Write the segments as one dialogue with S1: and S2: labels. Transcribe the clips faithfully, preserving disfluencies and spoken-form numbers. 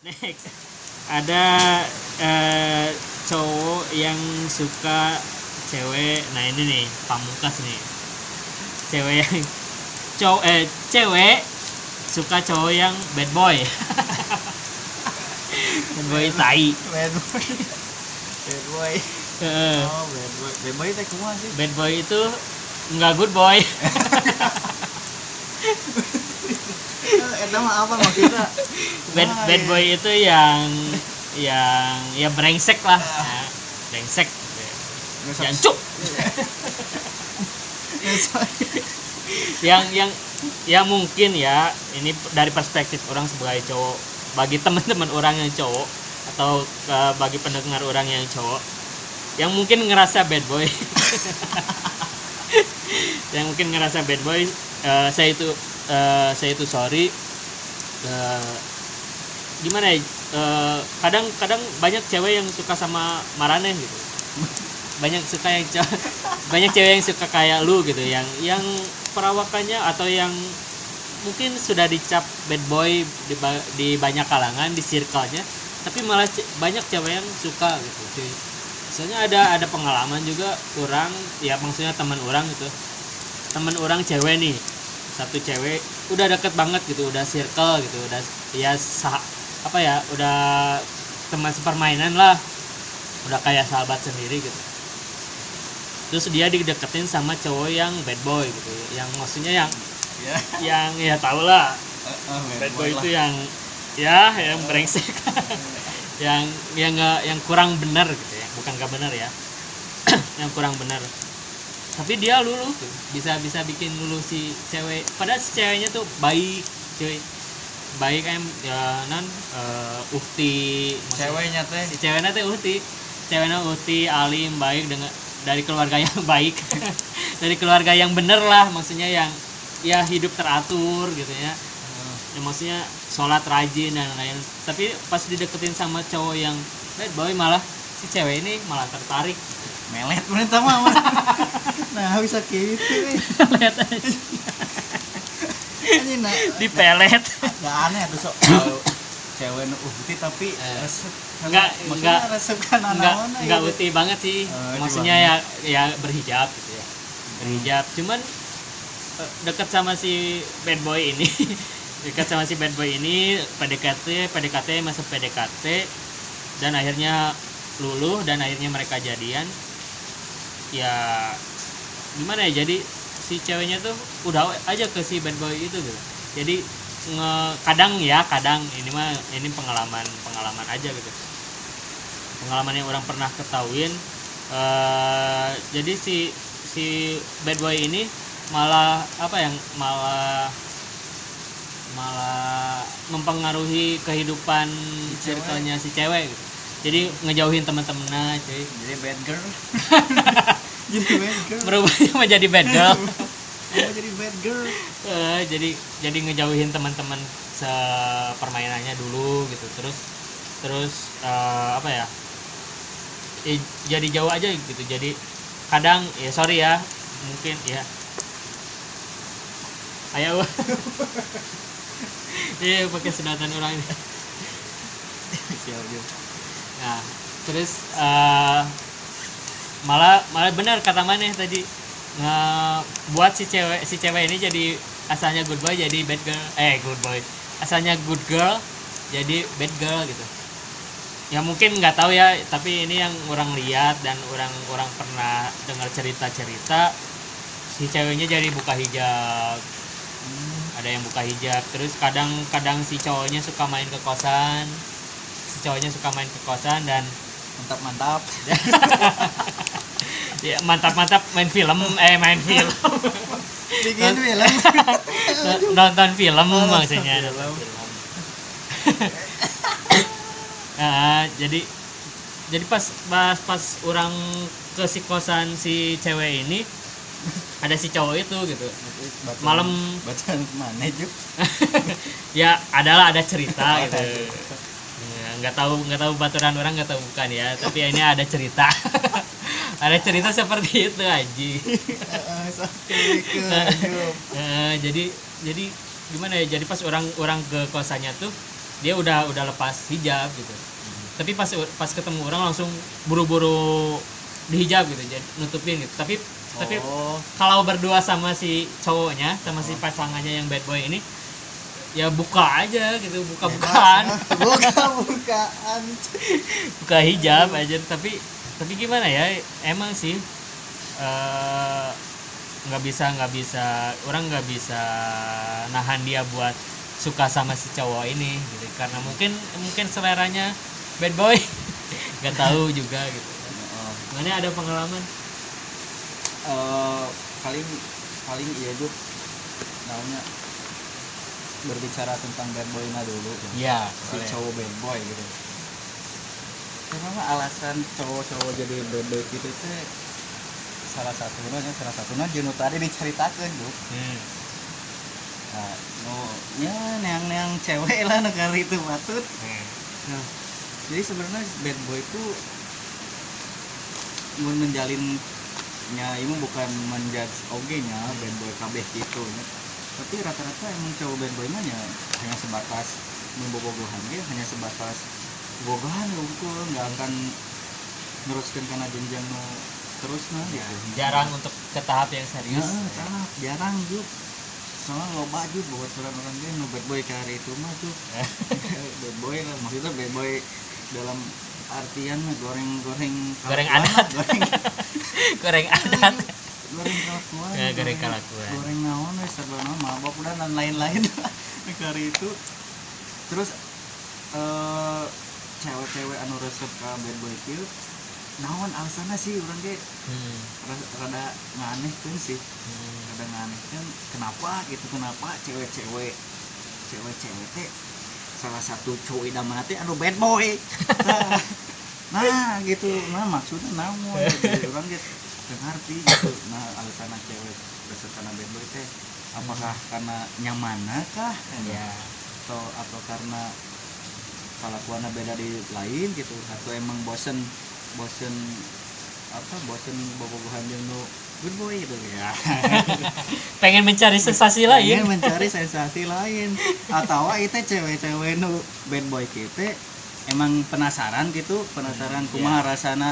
S1: Next, ada eh, cowok yang suka cewek. Nah ini nih pamungkas nih. Cewek yang cowok eh cewek suka cowok yang bad boy. Bad boy tai.
S2: Bad boy. Bad boy.
S1: Heeh.
S2: Oh, bad boy. Bad boy teh kumaha sih?
S1: Bad boy itu enggak good boy.
S2: Eta mah apa maksudnya?
S1: Bad
S2: Wah,
S1: bad
S2: iya.
S1: boy itu yang yang ya brengsek lah. Ya, brengsek.
S2: Nggak
S1: Yang
S2: usah-
S1: cuk.
S2: nggak usah.
S1: yang yang ya mungkin ya ini dari perspektif orang sebagai cowok, bagi teman-teman orang yang cowok atau eh, bagi pendengar orang yang cowok yang mungkin ngerasa bad boy yang mungkin ngerasa bad boy, eh, saya itu eh, saya itu sorry. Eh, gimana ya, eh, kadang-kadang banyak cewek yang suka sama Maraneh gitu, banyak suka yang ce- banyak cewek yang suka kayak lu gitu, yang yang perawakannya atau yang mungkin sudah dicap bad boy di, ba- di banyak kalangan di circle-nya, tapi malah ce- banyak cewek yang suka gitu cuy. Soalnya ada ada pengalaman juga orang, ya maksudnya teman orang gitu, teman orang cewek nih, satu cewek udah deket banget gitu, udah circle gitu, udah ya sah, apa ya, udah teman sepermainan lah, udah kayak sahabat sendiri gitu. Terus dia dideketin sama cowok yang bad boy gitu, yang maksudnya yang
S2: Ya.
S1: yang ya tau lah,
S2: Eh, eh,
S1: bad boy
S2: lah.
S1: itu yang ya yang brengsek, yang yang nggak yang kurang benar gitu ya, bukan nggak benar ya, yang kurang benar. Tapi dia luluh tuh, bisa bisa bikin luluh si cewek, padahal si ceweknya tuh baik cuy, baik kayak ya non uh, uhti, maksudnya-
S2: Ceweknya teh
S1: si ceweknya teh uhti, ceweknya uhti, alim, baik, dengan dari keluarga yang baik, dari keluarga yang bener lah, maksudnya yang ya hidup teratur gitu ya, ya maksudnya sholat rajin dan lain-lain. Tapi pas dideketin sama cowok yang bad boy, malah si cewek ini malah tertarik.
S2: melet bener sama mah. Nah, bisa gitu nih.
S1: Lihat aja,
S2: Ini nah,
S1: dipelet.
S2: enggak aneh tuh sok kalau cewek nu uhti tapi
S1: Eh,
S2: resep.
S1: enggak,
S2: maksudnya
S1: enggak.
S2: resep kan
S1: Enggak
S2: anak-anak
S1: enggak
S2: gitu.
S1: uti banget sih,
S2: Oh,
S1: maksudnya
S2: di
S1: ya ya berhijab gitu ya, berhijab. Cuman eh, dekat sama si bad boy ini, dekat sama si bad boy ini, P D K T P D K T masuk P D K T dan akhirnya luluh dan akhirnya mereka jadian. Ya gimana ya, jadi si ceweknya tuh udah aja ke si bad boy itu gitu. Jadi nge, kadang ya kadang ini mah ini pengalaman pengalaman aja gitu, pengalaman yang orang pernah ketahuin. Eh, jadi si si bad boy ini malah apa yang malah malah mempengaruhi kehidupan
S2: Si cewek.
S1: circle-nya si cewek gitu. Jadi ngejauhin teman-temannya cuy,
S2: Jadi bad girl. Jadi bad girl.
S1: berubahnya menjadi bad girl.
S2: Mau jadi bad girl.
S1: Eh, jadi jadi ngejauhin teman-teman sepermainannya dulu gitu, terus terus eh, apa ya, eh, jadi jauh aja gitu. Jadi kadang ya sorry ya, mungkin ya ayo iya pakai sedotan orang ini.
S2: Siap dia.
S1: Nah terus eh, malah malah benar kata Maneh tadi, nge- buat si cewek si cewek ini jadi asalnya good boy jadi bad girl, eh good boy asalnya good girl jadi bad girl gitu. Ya mungkin nggak tahu ya, tapi ini yang orang lihat dan orang orang pernah dengar cerita-cerita, si ceweknya jadi buka hijab, ada yang buka hijab. Terus kadang-kadang si cowoknya suka main ke kosan, si cowoknya suka main ke kosan dan
S2: Mantap-mantap.
S1: ya mantap-mantap main film, eh main film
S2: Bikin film.
S1: nonton film
S2: Oh,
S1: maksudnya
S2: nonton
S1: nonton
S2: film.
S1: film. Nah, jadi jadi pas pas pas orang ke si kosan si cewek ini, ada si cowok itu gitu.
S2: Bacaan-
S1: Malam-
S2: bacaan mana Juk?
S1: Ya adalah ada cerita
S2: Oh,
S1: gitu. Ya, nggak tahu nggak tahu baturan orang nggak tahu bukan ya, tapi ini ada cerita. Ada cerita seperti itu aja.
S2: Heeh, sampai ke Juk.
S1: Eh, jadi jadi gimana ya, jadi pas orang orang ke kosannya tuh dia udah udah lepas hijab gitu. Tapi pas pas ketemu orang langsung buru-buru dihijab gitu, jadi nutupin gitu. Tapi
S2: Oh.
S1: tapi kalau berdua sama si cowoknya, sama si pasangannya yang bad boy ini, ya buka aja gitu, buka-bukaan,
S2: Buka-bukaan.
S1: buka hijab aja. Tapi tapi gimana ya? Emang sih eh, nggak bisa nggak bisa orang nggak bisa nahan dia buat suka sama si cowok ini gitu, karena mungkin mungkin seleranya bad boy. Nggak tahu juga gitu.
S2: Oh.
S1: Mana ada pengalaman?
S2: Eh, paling paling iya Juk, namanya berbicara tentang bad boy na dulu
S1: Iya,
S2: si cowok bad boy gitu. Kenapa alasan cowok-cowok jadi bad boy gitu teh salah satunya salah satunya jenuh tadi diceritakan Juk.
S1: Hmm.
S2: Nah, no, ya neang-neang cewek lah negara itu matut.
S1: Hmm.
S2: Nah, jadi sebenarnya bad boy itu mun menjalinnya ini bukan menjudge oge nya bad boy kabeh gitu nya. Tapi rata-rata emang cowok bad boy mah nya hanya sebatas membobogohan ge, hanya sebatas bobogohan ya unggul, nggak akan neruskan karena jenjang nu terus nah
S1: Ya,
S2: gitu.
S1: jarang untuk ke tahap yang
S2: Ya,
S1: serius.
S2: salah, jarang Juk. Soalnya lo baju buat orang-orang dia no bad boy ke hari itu mah Juk. Bad boy lah, maksudnya bad boy dalam artian mah goreng-goreng
S1: Goreng
S2: kelakuan
S1: adat.
S2: lah, goreng
S1: Goreng adat.
S2: goreng kelakuan
S1: Ya, goreng kelakuan.
S2: goreng naon wes serba naon mabok udah dan lain-lain ke hari itu. Terus eh cewek-cewek anu resep ka bad boy kieu naon alasanna sih urang ge
S1: Hmm.
S2: ra- rada nganehkeun sih.
S1: Hmm.
S2: Rada nganehkeun kenapa gitu, kenapa cewek-cewek cewek-cewek teh salah satu cowok idaman teh anu bad boy. Nah, nah gitu, nah maksudnya naon jadi orang gitu ngerti gitu. Nah alasan cewek resep karena bad boy teh apakah karena nyamanna kah
S1: Ya.
S2: atau atau karena kelakuannya beda di lain gitu, atau emang bosen bosen apa bosen bobogohan jeung nu good boy gitu ya.
S1: Pengen mencari sensasi lain.
S2: Pengen mencari sensasi lain, atau itu cewek-cewek nu bad boy kita emang penasaran gitu, penasaran
S1: Hmm,
S2: kumaha
S1: iya.
S2: rasana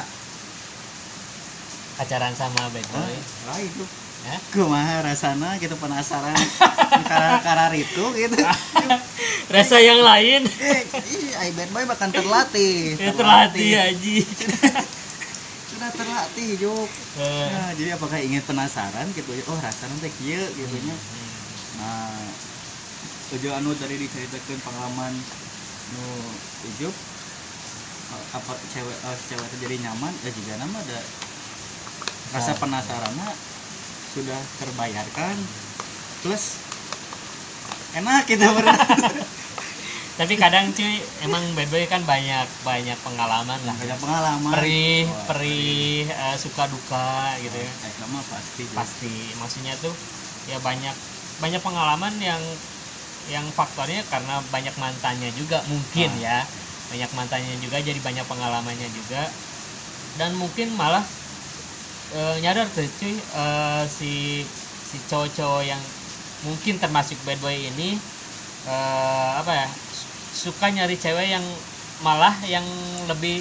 S1: Pacaran sama bad boy.
S2: ah, lain tuh
S1: Ya.
S2: kumaha rasana gitu, penasaran karar-karar itu gitu.
S1: Rasa yang lain.
S2: Eh, ih, ai bad boy bahkan terlatih,
S1: Ya, terlatih Haji.
S2: sudah terlatih Juk.
S1: Eh.
S2: Nah, jadi apakah ingin penasaran gitu ya, oh rasanya teh kieu gitu nya.
S1: Hmm.
S2: Nah, tujuh anu tadi diceritakan pengalaman nu ujub eh, apa cewek eh, cewek itu jadi nyaman ya juga nama ada rasa
S1: Nah.
S2: penasarannya sudah terbayarkan plus enak kita berenang.
S1: Tapi kadang cuy, emang bad boy kan banyak banyak pengalaman lah.
S2: Banyak pengalaman,
S1: Perih,
S2: Wah,
S1: perih, eh, suka duka gitu ya.
S2: eh, lama pasti Juk.
S1: Pasti. Maksudnya tuh ya banyak banyak pengalaman yang yang faktornya karena banyak mantannya juga mungkin
S2: Ah.
S1: ya. Banyak mantannya juga jadi banyak pengalamannya juga. Dan mungkin malah eh, nyadar tuh cuy, eh, si si cowok-cowok yang mungkin termasuk bad boy ini eh, apa ya su- suka nyari cewek yang malah yang lebih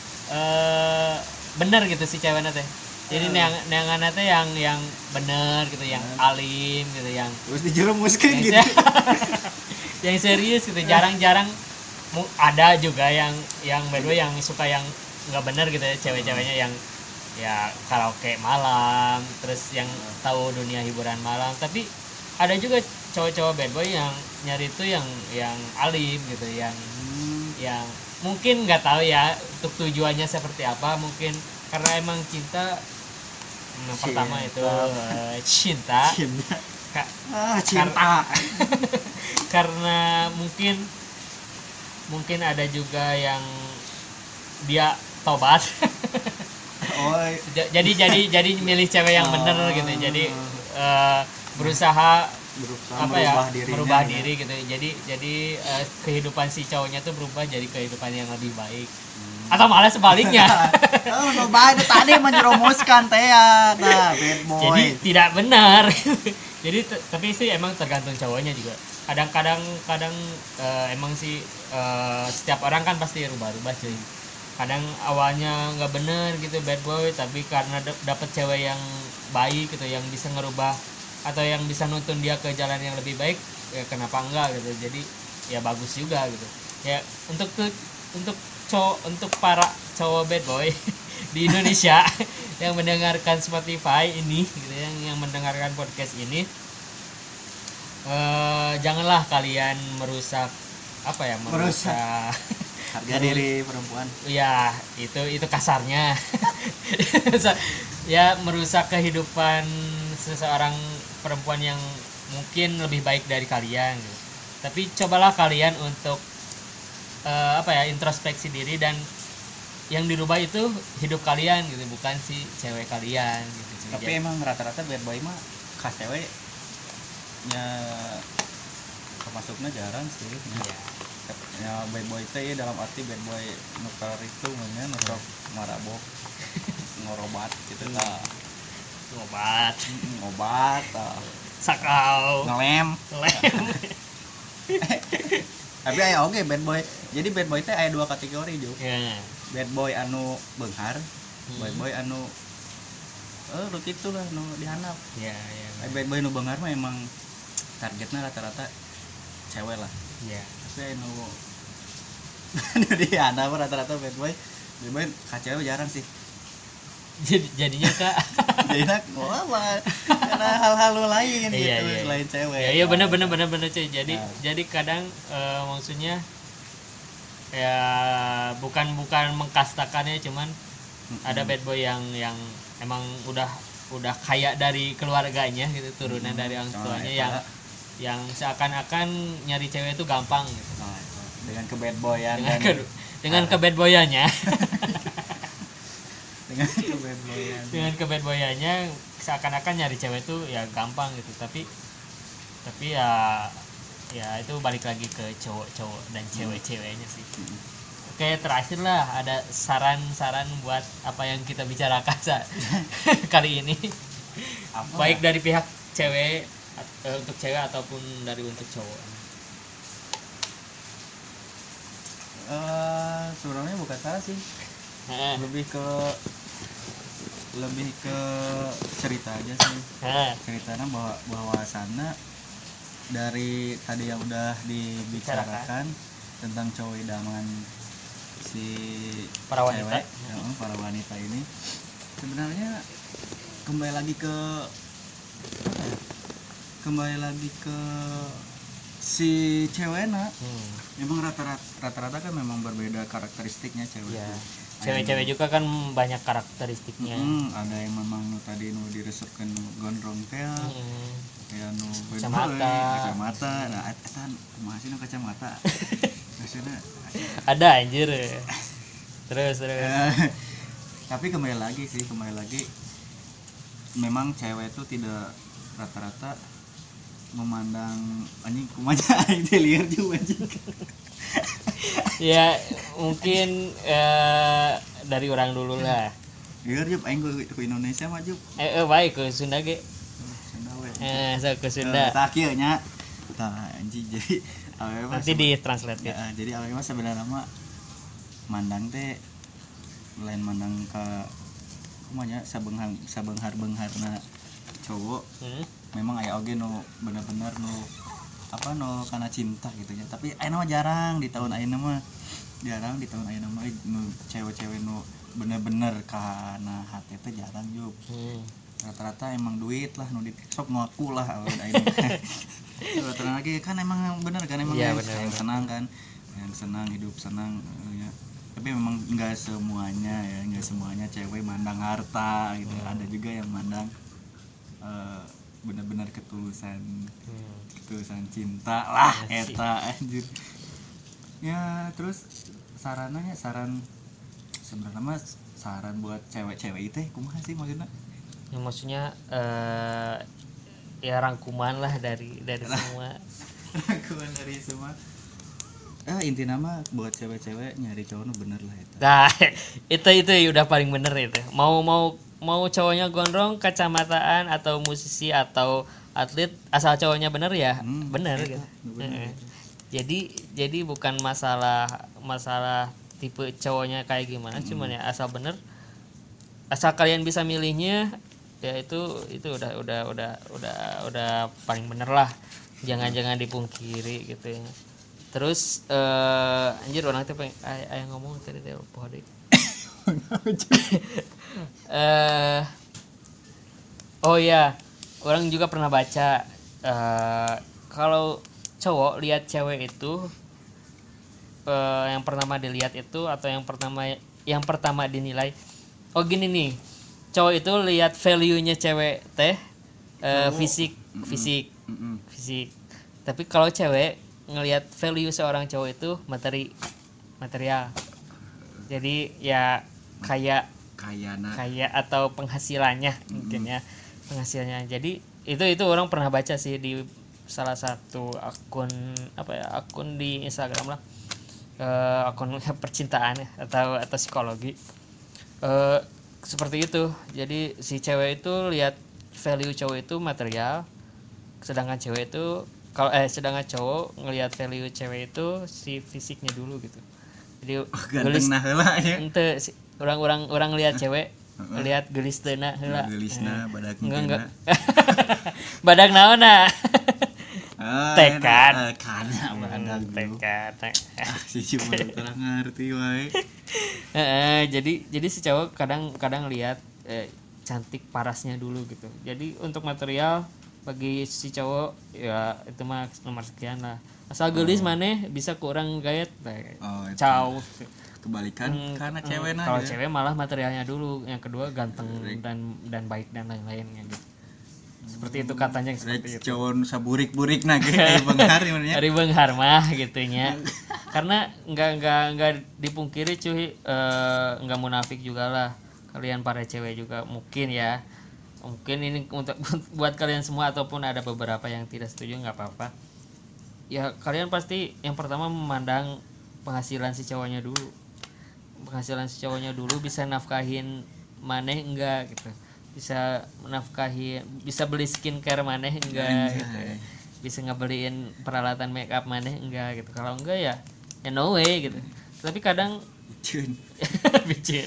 S1: eh bener gitu si ceweknya teh. Jadi
S2: Eh.
S1: neang neanganna teh yang yang bener gitu, yang
S2: Bener.
S1: alim gitu, yang
S2: terus dijerumuskan
S1: yang,
S2: gitu.
S1: se- yang serius gitu. Jarang-jarang mu- ada juga yang yang bad boy yang suka yang nggak bener gitu ya, cewek-ceweknya yang ya karaoke malam, terus yang tahu dunia hiburan malam. Tapi ada juga cowok-cowok bad boy yang nyari itu yang yang alim gitu, yang
S2: Hmm,
S1: yang mungkin nggak tahu ya untuk tujuannya seperti apa, mungkin karena emang cinta yang pertama itu eh, cinta
S2: cinta.
S1: Ka-
S2: Ah, cinta.
S1: karena mungkin mungkin ada juga yang dia tobat.
S2: Oh,
S1: Ja- jadi jadi jadi milih cewek yang bener
S2: Oh.
S1: gitu, jadi eh, berusaha
S2: berusaha
S1: apa ya
S2: merubah dirinya.
S1: merubah
S2: ya.
S1: diri gitu, jadi jadi eh, kehidupan si cowoknya tuh berubah jadi kehidupan yang lebih baik,
S2: Hmm.
S1: atau malah sebaliknya.
S2: Oh, no baik itu tadi menjerumuskan teh ya, nah bad boy.
S1: Jadi tidak benar. Jadi t- tapi sih emang tergantung cowoknya juga. kadang-kadang kadang uh, emang sih uh, setiap orang kan pasti rubah-rubah cuy. Kadang awalnya nggak bener gitu bad boy, tapi karena d- dapet cewek yang baik gitu yang bisa ngerubah atau yang bisa nuntun dia ke jalan yang lebih baik, ya kenapa enggak gitu. Jadi ya bagus juga gitu ya untuk tuh untuk cowok untuk para cowok bad boy di Indonesia yang mendengarkan Spotify ini gitu, yang yang mendengarkan podcast ini. Uh, janganlah kalian merusak apa ya merusak, merusak.
S2: harga diri perempuan.
S1: Ya itu itu kasarnya. Ya merusak kehidupan seseorang perempuan yang mungkin lebih baik dari kalian gitu. Tapi cobalah kalian untuk uh, apa ya introspeksi diri, dan yang dirubah itu hidup kalian gitu, bukan si cewek kalian gitu.
S2: Tapi emang rata-rata bad boy mah khas cewek nya termasuknya jarang sih.
S1: Iya.
S2: Ya bad boy teh ya, dalam arti bad boy nukar itu namanya nukar marabok ngorobat gitu lah.
S1: Ngobat,
S2: ngobat,
S1: sakau,
S2: ngelem,
S1: ngelem.
S2: Tapi aya oge bad boy. Jadi bad boy teh aya dua kategori juga.
S1: Yeah.
S2: Bad boy anu beunghar, hmm. bad boy anu eh lu kitu lah nu dihanap.
S1: Iya, yeah, iya. Yeah,
S2: bad boy nu beunghar mah emang targetnya rata-rata cewek lah.
S1: Iya. Yeah.
S2: Tapi nu nu dihanap rata-rata bad boy. Bad boy ka cewek jarang sih.
S1: Jadi jadinya kak
S2: jadinya oh apa karena hal-hal lain gitu
S1: iya, iya.
S2: selain cewek.
S1: Ya, iya bener bener bener bener cuy. Jadi
S2: nah.
S1: jadi kadang uh, maksudnya ya bukan bukan mengkastakannya, cuman mm-hmm. ada bad boy yang yang emang udah udah kaya dari keluarganya gitu, turunan mm-hmm. dari orang tuanya oh, yang yang seakan-akan nyari cewek itu gampang gitu.
S2: Oh, dengan ke bad boyan
S1: dengan
S2: dan
S1: ke, dengan ah. ke bad boyannya.
S2: dengan ke bad boyan.
S1: Dengan ke bad boyannya seakan-akan nyari cewek itu ya gampang gitu, tapi tapi ya ya itu balik lagi ke cowok-cowok dan cewek-ceweknya sih. Hmm. Oke, terakhir lah ada saran-saran buat apa yang kita bicarakan saat kali ini. Apa baik ya? Dari pihak cewek uh, untuk cewek ataupun dari untuk cowok.
S2: Uh, sebenarnya bukan salah sih. Eh. Lebih ke lebih ke cerita aja sih. Eh. Ceritanya bahwa bahwasannya dari tadi yang udah dibicarakan tentang cowok idaman si
S1: para wanita,
S2: cewek, ya, para wanita ini sebenarnya kembali lagi ke apa ya? Kembali lagi ke si ceweknya. Hmm. Memang rata-rata rata-rata kan memang berbeda karakteristiknya cewek.
S1: Ya. Cewek-cewek juga kan banyak karakteristiknya.
S2: Hmm, ada yang memang nu tadi nu diresepkeun nu gondrong teh. Hmm. Ya nu
S1: kacamata.
S2: Kacamata. Nah, eta kumaha sih nu kacamata? Maksudnya
S1: ada anjir. Terus terus.
S2: Tapi kembali lagi sih, kembali lagi memang cewek itu tidak rata-rata memandang anjing kumaha aing teh liar juga anjing.
S1: Ya mungkin eh, dari orang dulu lah.
S2: Liar jup aing ke Indonesia mah jup.
S1: Eh, eh baik ke Sunda ge.
S2: Sunda we.
S1: Eh, so ke Sunda.
S2: Tah kieu nya. Tah anjing jadi
S1: awewe nanti di translate ya.
S2: Ya, jadi awewe mah sebenarnya mah mandang teh lain mandang ka kumaha sabeunghar sabeunghar-beungharna cowok. Hmm. Memang aya oge nu bener-bener nu apa no karena cinta gitu ya, tapi ayeuna mah jarang di tahun ayeuna mah jarang di tahun ayeuna mah nu cewek-cewek nu bener-bener karena hati teh jarang juga. Hmm. Rata-rata emang duit lah nu di sok ngaku lah awal ayeuna. Rata-rata lagi kan emang bener kan emang ya, yang, bener, yang senang kan, yang senang hidup senang ya. Tapi memang enggak semuanya ya, enggak semuanya cewek mandang harta gitu. Hmm. Ada juga yang mandang uh, benar-benar ketulusan hmm. ketulusan cinta lah eta anjir ya. Terus sarananya saran sebenarnya mas saran buat cewek-cewek itu kumaha sih maksudnya
S1: ya, maksudnya uh, ya rangkuman lah dari dari semua
S2: rangkuman dari semua ah inti nama buat cewek-cewek nyari cowok nu bener lah itu.
S1: Nah itu itu udah paling bener itu. Mau mau mau cowoknya gondrong, kacamataan atau musisi atau atlet asal cowoknya bener ya
S2: Hmm,
S1: bener
S2: eta,
S1: gitu.
S2: bener.
S1: Heeh. Jadi jadi bukan masalah masalah tipe cowoknya kayak gimana,
S2: Hmm.
S1: cuman ya asal bener, asal kalian bisa milihnya ya itu itu udah udah udah udah udah paling bener lah. Jangan jangan dipungkiri gitu ya. Terus eh anjir orang teh pengen ay, ay ngomong tadi teh lupa deui. eh oh ya, orang juga pernah baca eh kalau cowok lihat cewek itu eh, yang pertama dilihat itu atau yang pertama yang pertama dinilai, oh gini nih, cowok itu lihat value-nya cewek teh eh,
S2: Cowok.
S1: fisik
S2: Mm-mm.
S1: fisik
S2: Mm-mm.
S1: fisik, tapi kalau cewek ngelihat value seorang cowok itu materi material, jadi ya kayak
S2: Kayana.
S1: kayak atau penghasilannya mungkin ya penghasilannya. Jadi itu itu orang pernah baca sih di salah satu akun apa ya akun di Instagram lah, eh, akun percintaan ya, atau atau psikologi. Eh, seperti itu. Jadi si cewek itu lihat value cowok itu material, sedangkan cewek itu kalau eh sedangkan cowok ngelihat value cewek itu si fisiknya dulu gitu. Jadi
S2: Oh, ganteng nah heula nya.
S1: ente si- orang-orang orang lihat cewek lihat gelis teuna heula.
S2: Gelisna badak
S1: Enggak enggak.
S2: tena.
S1: Badak naonna.
S2: Ah,
S1: Tekad.
S2: eta, kana badak dulu.
S1: Tekad.
S2: Ah, si cuma terang ngerti wae.
S1: Heeh, jadi jadi si cowok kadang-kadang lihat eh, cantik parasnya dulu gitu. Jadi untuk material bagi si cowok ya itu mah nomor sekian lah. Asal gelis maneh bisa kurang gayet.
S2: Oh, itu.
S1: Ciao.
S2: Kebalikan
S1: Hmm,
S2: karena
S1: hmm,
S2: cewek nah.
S1: kalau
S2: ya.
S1: cewek malah materialnya dulu, yang kedua ganteng dan dan baik dan lain-lainnya gitu. Seperti itu katanya seperti itu.
S2: Cowok saburik-burik nah ge aya benghar nya.
S1: Dari benghar mah gitunya. Karena nggak nggak nggak dipungkiri cuy, eh, nggak munafik juga lah. Kalian para cewek juga mungkin ya. Mungkin ini untuk buat kalian semua ataupun ada beberapa yang tidak setuju nggak apa-apa. Ya kalian pasti yang pertama memandang penghasilan si cowoknya dulu. Penghasilan si cowoknya dulu bisa nafkahin maneh enggak gitu, bisa menafkahi, bisa beli skincare maneh enggak gitu, bisa ngebeliin peralatan make up maneh enggak gitu. Kalau enggak ya ya no way gitu. Tapi kadang
S2: Cun.
S1: bicin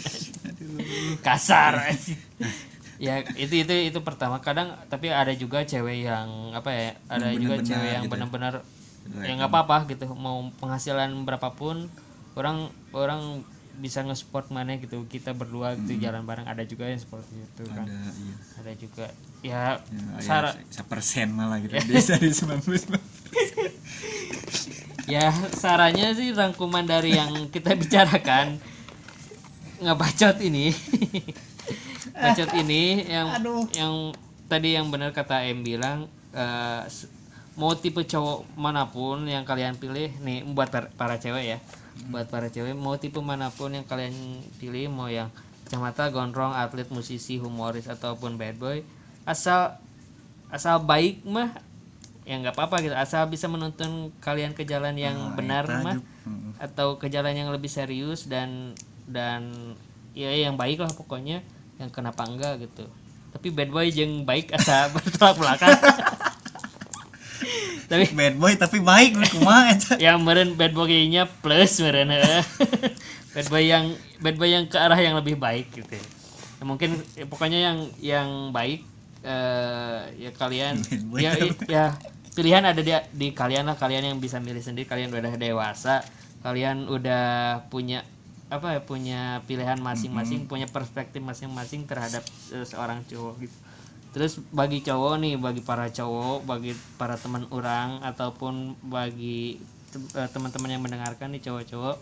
S1: kasar ya itu itu itu pertama. Kadang tapi ada juga cewek yang apa ya, ada juga
S2: Bener-bener
S1: cewek yang
S2: gitu.
S1: benar-benar ya nggak apa-apa gitu, mau penghasilan berapapun orang orang bisa nge-support mana gitu, kita berdua gitu jalan bareng. Ada juga yang seperti itu kan,
S2: Ada iya.
S1: ada juga ya,
S2: Ya,
S1: sar-
S2: ya sepersen malah gitu. Bisa di sembilan puluh.
S1: ya sarannya sih rangkuman dari yang kita bicarakan ngebacot ini bacot ini yang
S2: Aduh.
S1: yang tadi yang benar kata M bilang, eh, s- mau tipe cowok manapun yang kalian pilih nih, buat para, para cewek ya, buat para cewek mau tipe manapun yang kalian pilih, mau yang kacamata, gondrong, atlet, musisi, humoris ataupun bad boy, asal asal baik mah ya nggak apa-apa gitu, asal bisa menuntun kalian ke jalan yang
S2: Oh,
S1: benar
S2: eta
S1: mah,
S2: juk. Heeh.
S1: atau ke jalan yang lebih serius dan dan ya yang baik lah pokoknya, yang kenapa enggak gitu. Tapi bad boy jeung baik asa bertolak belakang. Tapi
S2: Bad boy tapi baik lu kumaha eta.
S1: yang meren bad boy-nya plus meren heuh. Bad boy yang bad boy yang ke arah yang lebih baik gitu. Ya, mungkin ya, pokoknya yang yang baik, eh, ya kalian
S2: Bad boy
S1: ya,
S2: tapi-
S1: i- ya pilihan ada di, di kalian lah, kalian yang bisa milih sendiri, kalian udah dewasa, kalian udah punya apa ya, punya pilihan masing-masing, punya perspektif masing-masing terhadap eh, seorang cowok gitu. Terus bagi cowok nih, bagi para cowok, bagi para teman orang ataupun bagi te- eh, teman-teman yang mendengarkan nih, cowok-cowok,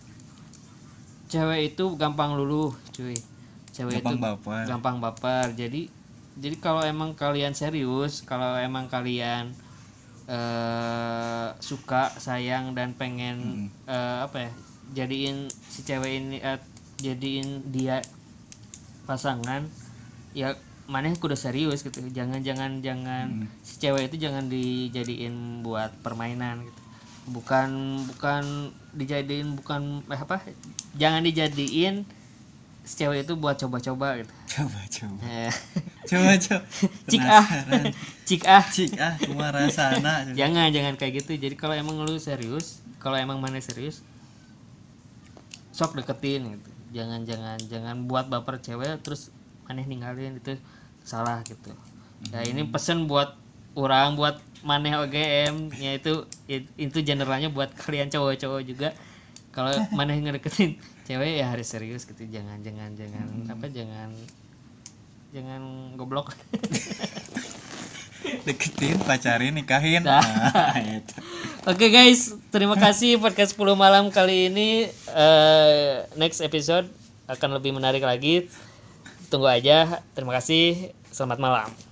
S1: cewek itu gampang luluh cuy, cewek
S2: Gampang
S1: itu
S2: baper.
S1: gampang baper. Jadi jadi kalau emang kalian serius, kalau emang kalian eh, suka, sayang dan pengen eh, apa ya, jadiin si cewek ini eh, jadiin dia pasangan, ya maneh kudu serius gitu. Jangan jangan jangan
S2: Hmm.
S1: si cewek itu jangan dijadiin buat permainan gitu. Bukan bukan dijadiin bukan eh, apa? Jangan dijadiin cewek itu buat coba-coba gitu.
S2: Coba coba.
S1: Eh,
S2: Coba coba.
S1: Cik ah.
S2: Penasaran.
S1: Cik ah.
S2: Cik ah, cuma rasana.
S1: Jangan jangan kayak gitu. Jadi kalau emang lu serius, kalau emang mana serius, sok deketin gitu. Jangan jangan jangan buat baper cewek terus maneh ninggalin, itu salah gitu. Ya ini pesen buat orang, buat maneh O G M nya itu itu generalnya buat kalian cowok-cowok juga. Kalau maneh ngedeketin cewek ya harus serius gitu. Jangan jangan jangan hmm. apa jangan jangan goblok.
S2: Deketin, pacarin, nikahin.
S1: Nah.
S2: Nah, itu.
S1: Oke okay guys, terima kasih podcast sepuluh malam kali ini. Uh, next episode akan lebih menarik lagi. Tunggu aja. Terima kasih. Selamat malam.